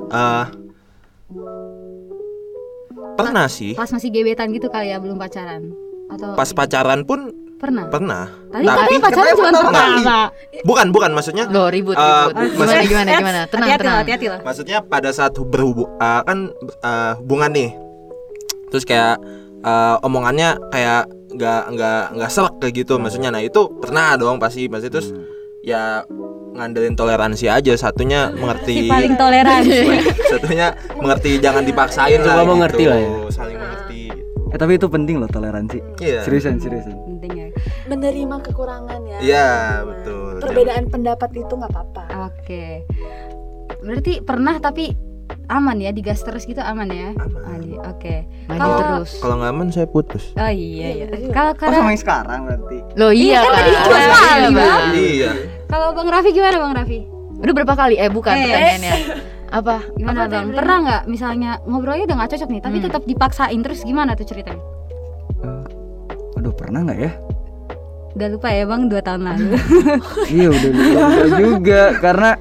pernah sih. Pas masih gebetan gitu kali ya, belum pacaran atau Pas pacaran pun pernah? pernah. Tadi katanya pacaran cuma pertama. Bukan maksudnya. Loh ribut. Gimana? Tenang. Hati-hati lah. Maksudnya pada saat hubungan nih, terus kayak omongannya kayak nggak serak kayak gitu. Maksudnya, nah itu pernah dong pasti terus ya ngandelin toleransi aja. Satunya mengerti. Si paling toleransi. Satunya mengerti, jangan dipaksain Coba lah. mengerti gitu. lah ya. Saling mengerti. Tapi itu penting loh toleransi. Iya. Seriusan. Penting ya. Menerima kekurangan ya. Iya betul. Perbedaan pendapat itu nggak apa-apa. Oke. Berarti pernah tapi aman ya, digas terus gitu aman ya? Aman. Oke. Maju Kalau- terus. Kalau nggak aman saya putus. Oh iya. Kalau Oh sama yang sekarang berarti. Loh iya kan kan. tadi cuma sekali, Bang. Iya. Kalau Bang Raffi gimana Bang Raffi? Udah berapa kali? Bukan pertanyaannya. Apa? Gimana Bang? Pernah nggak misalnya ngobrolnya udah nggak cocok nih, tapi tetap dipaksain, terus gimana tuh ceritanya? Aduh pernah nggak ya? Udah lupa ya bang 2 tahun lalu. Iya udah lupa juga karena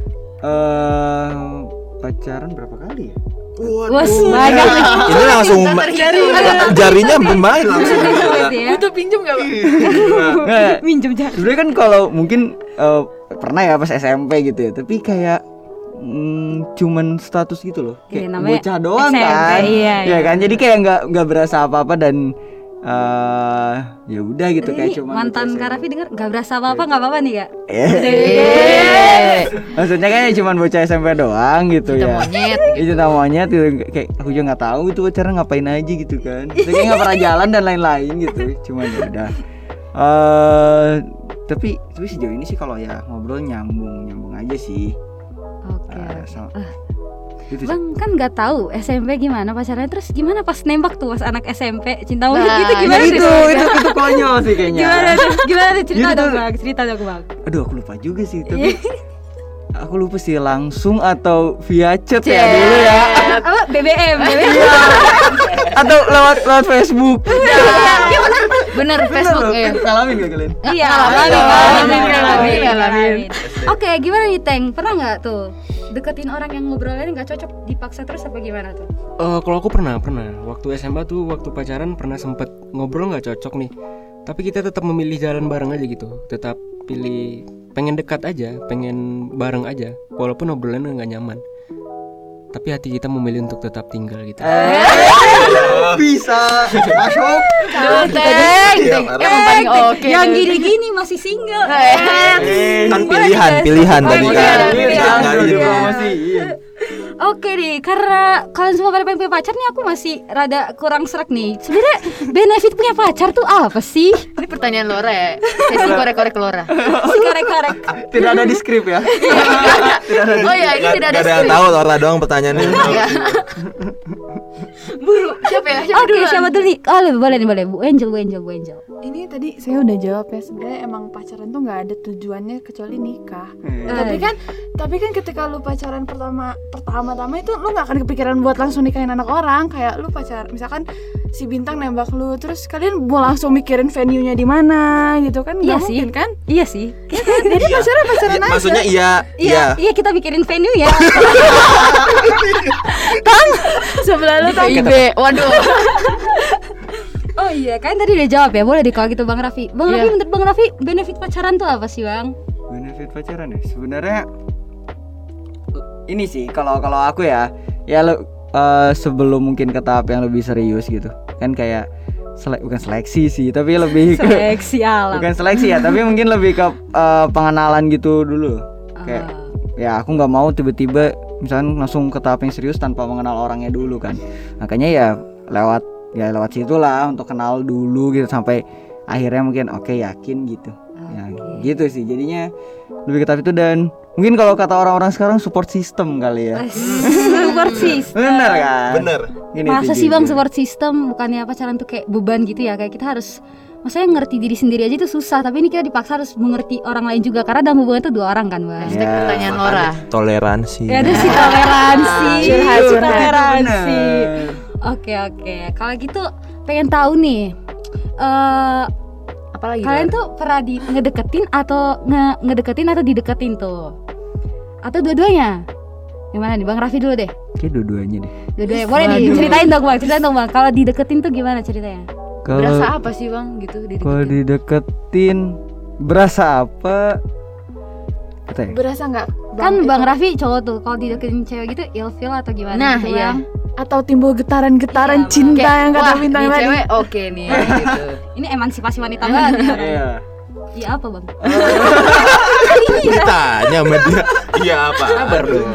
pacaran berapa kali ya? Wah banyak nih. Ini langsung jarinya bermain langsung. Ya. Butuh pinjem gak, Bang? Nggak, Minjem jari. sebenarnya kan kalau mungkin pernah ya pas SMP gitu ya, tapi kayak cuman status gitu loh, kayak Iya, namanya bocah doang SMP, kan, iya, ya iya. kan, jadi kayak nggak berasa apa-apa dan ya udah gitu kayak Ini cuman mantan bocah Kak Raffi denger gak berasa apa-apa nggak apa-apa nih Kak. Maksudnya kan ya cuman bocah SMP doang gitu Cinta ya. monyet Itu cinta monyet gitu. Kayak aku juga nggak tahu itu pacaran ngapain aja gitu kan. Kita kayak nggak pernah jalan dan lain-lain gitu. Cuman ya udah. Tapi sejauh ini sih kalau ya ngobrol nyambung aja sih. Oke. Gitu sih. Bang kan nggak tahu SMP gimana pacarnya, terus gimana pas nembak tuh pas anak SMP cinta Nah, monyet gitu gimana itu tuh? konyol sih kayaknya. Gimana tuh cerita Jadi dong tuh- bang, cerita dong bang. Aduh aku lupa juga sih tapi aku lupa sih langsung atau via chat ya dulu ya. Apa BBM? Atau lewat Facebook. bener Facebook ya. Ngalamin gak kalian? Iya, ngalamin. Oke, gimana nih Teng? Pernah nggak tuh deketin orang yang ngobrolnya nggak cocok, dipaksa terus apa gimana tuh? Kalau aku pernah waktu SMA tuh, waktu pacaran pernah sempet ngobrol nggak cocok nih, tapi kita tetap memilih jalan bareng aja gitu, tetap pilih pengen dekat aja, pengen bareng aja, walaupun obrolannya nggak nyaman, tapi hati kita memilih untuk tetap tinggal gitu. Bisa masuk. Teng, emang paling oke. Yang gini-gini masih single. Kan pilihan tadi kan. Promosi. Oke nih, karena kalian semua pada pengen punya pacar nih, aku masih rada kurang serak nih. Sebenarnya benefit punya pacar tuh apa sih? Ini pertanyaan Lora ya. Sesi korek-korek Lora. Si korek-korek. Tidak ada di skrip ya. Oh ya, ini tidak ada Gak ada yang skrip. tahu Lora doang pertanyaannya. Iya. Buru, siapa ya? Siapa Oke, duluan? siapa dulu nih? Oh, boleh nih, boleh. Bu Angel. Ini tadi saya udah jawab ya, sebenarnya emang pacaran tuh nggak ada tujuannya kecuali nikah. Tapi kan ketika lu pacaran pertama-tama itu lu nggak akan kepikiran buat langsung nikahin anak orang. Kayak lu pacar, misalkan si Bintang nembak lu, terus kalian mau langsung mikirin venue-nya di mana gitu kan? Iya Nggak sih. mungkin kan? Iya sih. Jadi pacaran aja. Maksudnya iya. Iya, kita mikirin venue ya. Sebelah lu Di PIB. Waduh. Oh iya, kan tadi udah jawab ya. Boleh deh kalau gitu Bang Raffi. Bang Iya. Raffi, menurut Bang Raffi, benefit pacaran tuh apa sih, Bang? Benefit pacaran ya sebenarnya ini sih kalau aku ya sebelum mungkin ke tahap yang lebih serius gitu kan, kayak bukan seleksi sih tapi lebih ke Seleksi alam. bukan seleksi ya tapi mungkin lebih ke pengenalan gitu dulu. Kayak ya aku nggak mau tiba-tiba misalnya langsung ke tahap yang serius tanpa mengenal orangnya dulu kan, makanya ya lewat situ lah untuk kenal dulu gitu sampai akhirnya mungkin oke, yakin gitu. Ya gitu sih jadinya lebih ke tahap itu. Dan mungkin kalau kata orang-orang sekarang support system kali ya. Support system. Bener kan? Bener. Gini Masa itu sih Bang juga. support system? Bukannya pacaran tuh kayak beban gitu ya? Kayak kita harus, maksudnya ngerti diri sendiri aja itu susah, tapi ini kita dipaksa harus mengerti orang lain juga karena dalam hubungan itu 2 orang kan, Bang. Hashtag pertanyaan Lora. Toleransi. Ya ada sih toleransi. Curhat. Toleransi. Bener. Oke. Kalau gitu pengen tahu nih, Apalagi kalian Lora? tuh pernah ngedeketin atau ngedeketin atau dideketin tuh? Atau dua-duanya? Gimana nih Bang Raffi dulu deh. Kayak dua-duanya deh. Dua-duanya. Boleh nih ceritain dong Bang. Kalau dideketin tuh gimana ceritanya? Berasa apa sih Bang gitu Kalau dideketin? dideketin berasa apa? Kata ya? Berasa nggak? Kan Bang itu? Raffi cowok tuh, kalau dideketin cewek gitu ilfeel atau gimana Nah, gitu, iya. Bang? Atau timbul getaran-getaran Iya, cinta Kayak, yang kata wah, Bintang nih tadi. cewek oke nih gitu. Ini emansipasi wanita banget nih orang. Iya. Iya apa Bang? Ditanya sama dia. Iya apa? Kabar dong.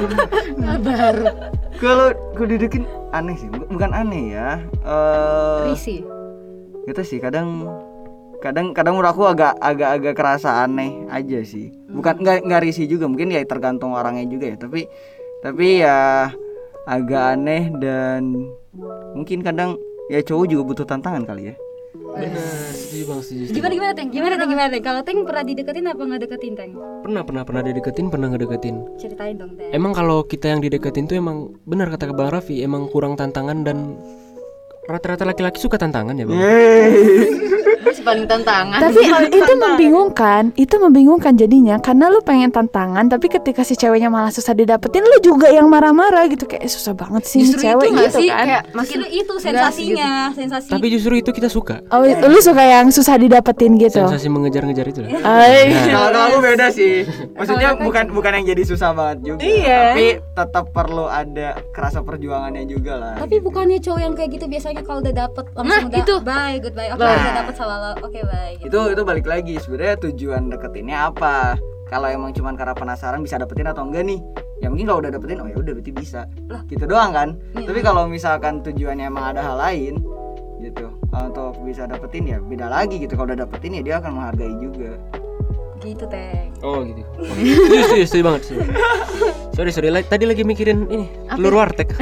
Kalau dideketin aneh sih, bukan aneh ya. Risi. Gitu sih kadang menurut aku agak kerasa aneh aja sih. Bukan nggak risih juga, mungkin ya tergantung orangnya juga ya. Tapi ya agak aneh dan mungkin kadang ya cowok juga butuh tantangan kali ya. Benar, setuju Bang, setuju. Gimana Teng? Kalau Teng pernah dideketin apa nggak deketin Teng? Pernah dideketin, pernah ngedeketin. Ceritain dong Teng. Emang kalau kita yang dideketin tuh emang benar kata Bang Raffi, emang kurang tantangan dan rata-rata laki-laki suka tantangan ya Bang. paling tantangan. Tapi itu membingungkan jadinya karena lu pengen tantangan tapi ketika si ceweknya malah susah didapetin lu juga yang marah-marah gitu kayak susah banget sih Justru nih cewek itu nggak gitu sih? kan. Kayak Maksudnya makin itu sensasinya, sensasi. Tapi justru itu kita suka. Oh, lu suka yang susah didapetin gitu. Sensasi mengejar-ngejar itu lah. Ay. Kalau aku beda sih. Maksudnya bukan yang jadi susah banget juga. Iya. Tapi tetap perlu ada kerasa perjuangannya juga lah. Tapi bukannya cowok yang kayak gitu biasanya kalau udah dapet langsung Nah, udah itu. bye, goodbye. Oke, Bye. udah dapet sama lo. Oke, bye. Gitu. Itu balik lagi sebenarnya tujuan deketinnya apa. Kalau emang cuman karena penasaran bisa dapetin atau enggak nih, ya mungkin kalau udah dapetin oh ya udah berarti bisa gitu doang kan. Iya. Tapi kalau misalkan tujuannya emang ada hal lain gitu untuk bisa dapetin ya beda lagi gitu. Kalau udah dapetin ya dia akan menghargai juga. Gitu, Teng. Oh gitu. Setuju banget sih. Sorry, tadi lagi mikirin ini telur warteg.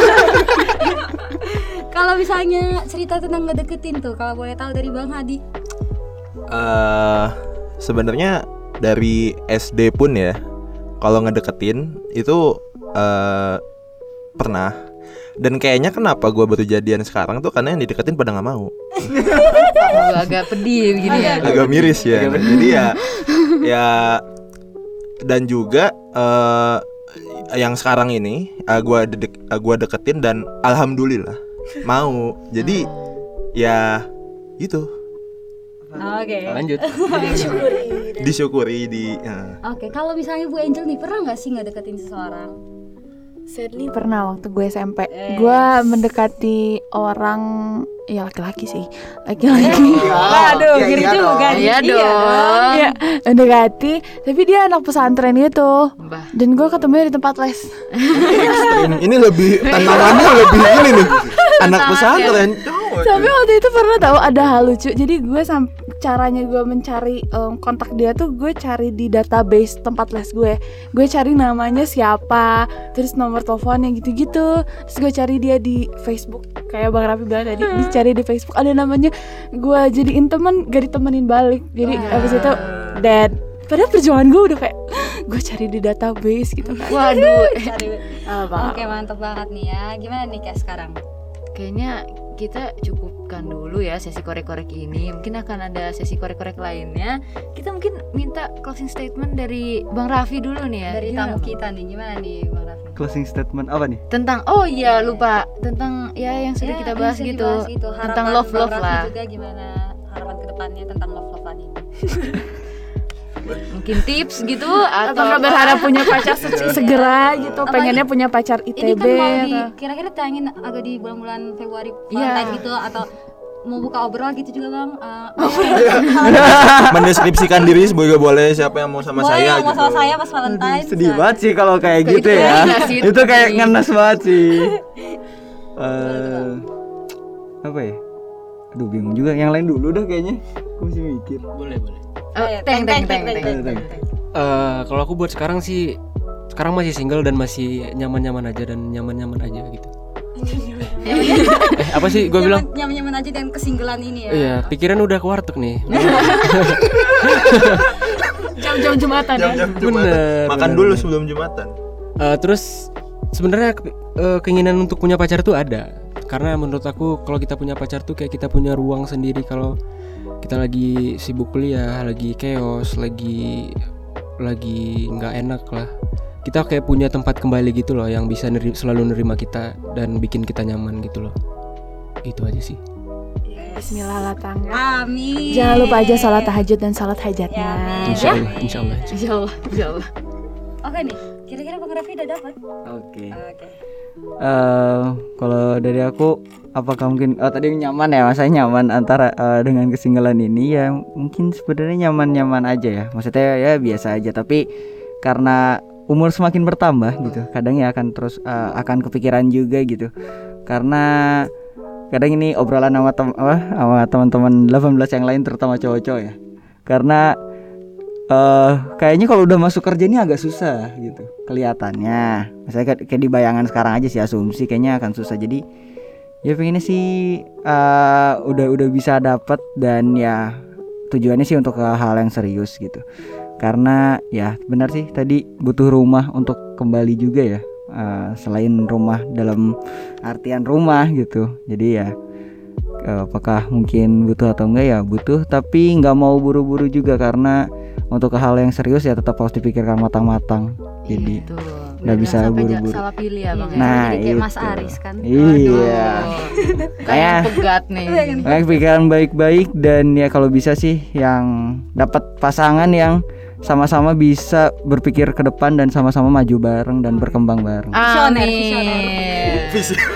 Kalau misalnya cerita tentang ngedeketin tuh, kalau boleh tahu dari Bang Hadi. Sebenarnya dari SD pun ya, kalau ngedeketin itu pernah. Dan kayaknya kenapa gue baru jadian sekarang tuh karena yang dideketin pada nggak mau. agak pedih begini ya. Agak miris ya. Jadi ya dan juga yang sekarang ini gue deketin dan alhamdulillah mau. Jadi ya gitu. Oke. Lanjut. Disyukuri Oke, kalau misalnya Bu Angel nih pernah nggak sih ngedeketin seseorang? Sadly pernah waktu gue SMP. Gue mendekati orang ya laki-laki sih. Laki-laki. Aduh, ya, ngeri iya juga. dong. Iya dong. Iya, mendekati. Tapi dia anak pesantren itu. Mbah. Dan gue ketemunya di tempat les. ini lebih tantangannya lebih ini nih. Anak pesantren. Tapi waktu itu pernah tahu ada hal lucu. Jadi gue caranya gue mencari kontak dia tuh gue cari di database tempat les gue. Gue cari namanya siapa, terus nomor teleponnya gitu-gitu. Terus gue cari dia di Facebook. Kayak Bang Raffi bilang tadi, dicari di Facebook ada namanya. Gue jadiin teman, gak ditemenin balik. Jadi abis itu dead. Padahal perjuangan gue udah kayak gue cari di database gitu kan. Waduh. Oke, mantap banget nih ya. Gimana nih kayak sekarang? Kayaknya kita cukupkan dulu ya sesi korek-korek ini. Mungkin akan ada sesi korek-korek lainnya. Kita mungkin minta closing statement dari Bang Raffi dulu nih ya. Dari Gimana, tamu Bang? kita nih, gimana nih Bang Raffi? Closing statement apa nih? Tentang lupa tentang ya yang sudah kita bahas yang gitu. dibahas gitu. Tentang Harapan love Bang Raffi lah. juga gimana harapan kedepannya tentang love ini? Mungkin tips gitu atau Apakah berharap punya pacar segera gitu? Pengennya punya pacar Ini ITB kan mau atau? kira-kira tayangin agak di bulan-bulan Februari Iya. Valentine gitu atau mau buka obrolan gitu juga Bang? Mendeskripsikan diri juga boleh siapa yang mau sama Boleh saya yang mau gitu. sama saya pas Valentine. Sedih bisa. banget sih kalau kayak gitu itu ya. nggak sih? Itu kayak Sedih. ngenes banget sih. Apa ya? Aduh bingung juga. Yang lain dulu dah kayaknya. Aku masih mikir. Boleh. Teng. Kalau aku buat sekarang sih, sekarang masih single dan masih nyaman-nyaman aja gitu. Apa sih gue bilang? Nyaman-nyaman aja dengan kesinggelan ini ya. Iya, pikiran udah ke warteg nih. Jam-jam Jumatan ya. Jam-jam Jumatan. Bener, Makan bener, dulu bener. sebelum Jumatan. Terus sebenarnya keinginan untuk punya pacar tuh ada. Karena menurut aku kalau kita punya pacar tuh kayak kita punya ruang sendiri. Kalau kita lagi sibuk kuliah, lagi chaos, lagi nggak enak lah, kita kayak punya tempat kembali gitu loh yang bisa selalu nerima kita dan bikin kita nyaman gitu loh. Itu aja sih. Bismillah lah tangga. Amin. Jangan lupa aja sholat tahajud dan sholat hajatnya. Ya, Insya Allah. Insya Allah. Oke nih, kira-kira Bang Raffi udah dapat? Oke. Oke. Kalau dari aku apakah mungkin tadi nyaman ya, saya nyaman antara dengan kesinggalan ini ya mungkin sebenarnya nyaman-nyaman aja ya, maksudnya ya biasa aja, tapi karena umur semakin bertambah gitu kadang ya akan terus akan kepikiran juga gitu, karena kadang ini obrolan sama teman-teman 18 yang lain terutama cowok-cowok ya, karena kayaknya kalau udah masuk kerja ini agak susah gitu kelihatannya. Misalnya kayak di bayangan sekarang aja sih asumsi kayaknya akan susah. Jadi ya pengennya sih udah bisa dapat dan ya tujuannya sih untuk hal yang serius gitu. Karena ya benar sih tadi butuh rumah untuk kembali juga ya. Selain rumah dalam artian rumah gitu. Jadi ya apakah mungkin butuh atau enggak, ya butuh, tapi nggak mau buru-buru juga, karena untuk hal yang serius ya tetap harus dipikirkan matang-matang. Jadi Betul. nggak bisa Sampai buru-buru. salah pilih ya bang. Nah, jadi kayak Mas itu. Aris kan. Iya. Kayak pegat nih. Makanya pikiran baik-baik, dan ya kalau bisa sih yang dapat pasangan yang sama-sama bisa berpikir ke depan dan sama-sama maju bareng dan berkembang bareng. Amin.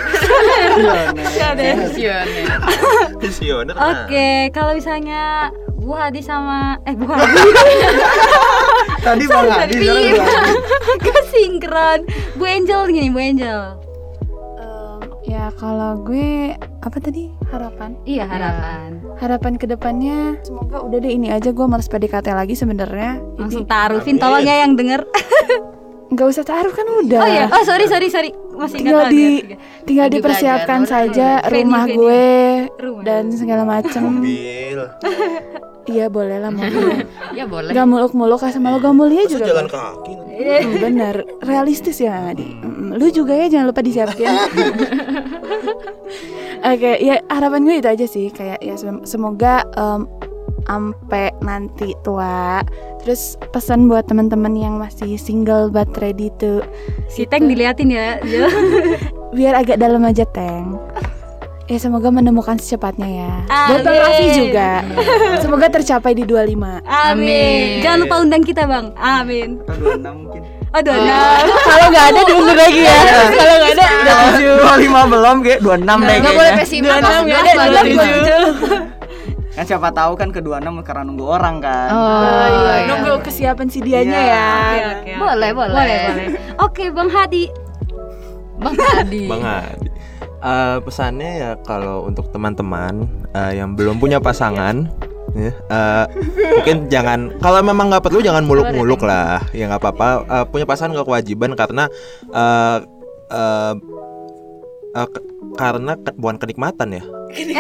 Visioner. Oke, kalau misalnya Bu Hadi sama Bu Hadi Tadi Bang Hadi, sekarang Bang Hadi. kesinkron. Bu Angel gini, Bu Angel. Ya kalau gue apa tadi harapan? Iya, harapan. Harapan kedepannya semoga udah deh ini aja, gue males PDKT lagi sebenarnya. Langsung taruhin, tolong ya yang denger. Nggak usah taruh kan udah. Oh iya, oh sorry. Masih Tinggal ingat tinggal Lagi dipersiapkan belajar, saja venue, rumah venue. gue Rumah. dan segala macam. Mobil. Iya boleh lah mobil. Ya boleh. Gak muluk-muluk sama lo, gak mulia Masa juga. jalan boleh. kaki. Bener, realistis ya Adi. Lu juga ya jangan lupa disiapin. Oke, ya harapan gue itu aja sih, kayak ya semoga ampe nanti tua. Terus pesan buat teman-teman yang masih single but ready to, Si Teng diliatin ya. biar agak dalam aja Teng. Ya semoga menemukan secepatnya ya. Buat Bang Amin. Raffi juga. Semoga tercapai di 25. Amin. Jangan lupa undang kita, Bang. Amin. 26 mungkin. Aduh, Kalau nggak ada diundur lagi ya. Kalau nggak ada udah 25 belum, kayak 26 deh Nggak kayaknya. boleh pesimis. 26 nggak ada 27. Kan siapa tahu kan ke 26 karena nunggu orang kan. Oh iya. Nunggu kesiapan si dianya Iya. ya. Oke. Boleh. Boleh. Oke, Bang Hadi. Bang Hadi. Bang Hadi. Pesannya ya kalau untuk teman-teman yang belum punya pasangan, ya, mungkin jangan, kalau memang nggak perlu jangan muluk-muluk lah, ya nggak apa-apa. Punya pasangan nggak kewajiban, karena bukan kenikmatan ya.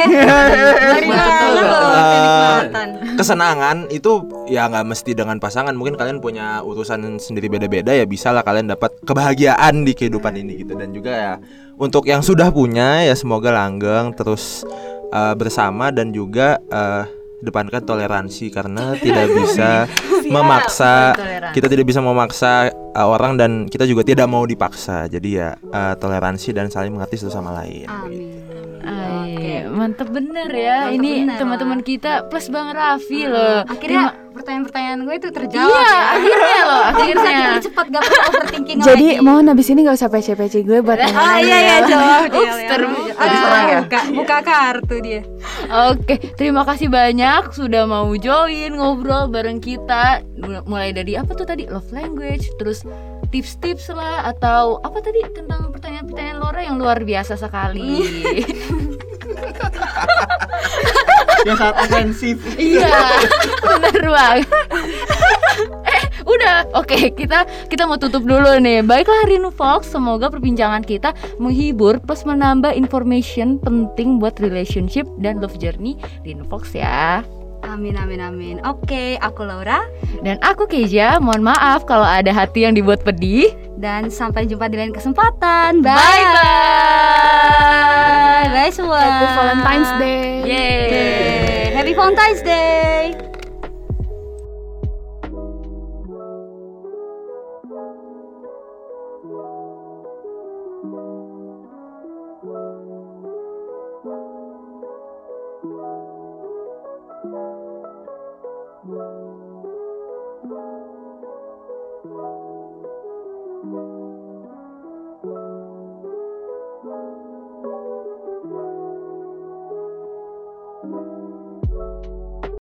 Kenikmatan. Kesenangan itu ya nggak mesti dengan pasangan. Mungkin kalian punya urusan sendiri beda-beda, ya bisa lah kalian dapat kebahagiaan di kehidupan ini gitu. Dan juga ya untuk yang sudah punya, ya semoga langgeng terus bersama, dan juga depankan toleransi, karena tidak bisa memaksa, kita tidak bisa memaksa orang, dan kita juga tidak mau dipaksa. Jadi ya toleransi dan saling mengerti satu sama lain. Amin. Ay, mantep bener ya. Mantep Ini bener, teman-teman kita plus Bang Raffi loh. Akhirnya pertanyaan-pertanyaan gue itu terjawab. Iya, ya. akhirnya loh, Bisa akhirnya. kita cepat, gak perlu overthinking Jadi lagi. mohon abis ini gak usah PC-PC gue buat nanya. Oh iya jawab. Ups, terbuka. Buka kartu dia. Oke, terima kasih banyak sudah mau join ngobrol bareng kita. Mulai dari apa tuh tadi, love language, terus tips-tips lah, atau apa tadi tentang pertanyaan-pertanyaan Laura yang luar biasa sekali. Yang sangat ofensif. Iya, bener banget. Udah, oke, kita mau tutup dulu nih. Baiklah Rinu Fox, semoga perbincangan kita menghibur plus menambah information penting buat relationship dan love journey Rinu Fox ya. Amin. Oke, aku Laura. Dan aku Keja, mohon maaf kalau ada hati yang dibuat pedih. Dan sampai jumpa di lain kesempatan. Bye. Bye-bye. Bye semua. Happy Valentine's Day. Yeay. Happy Valentine's Day. Thank you.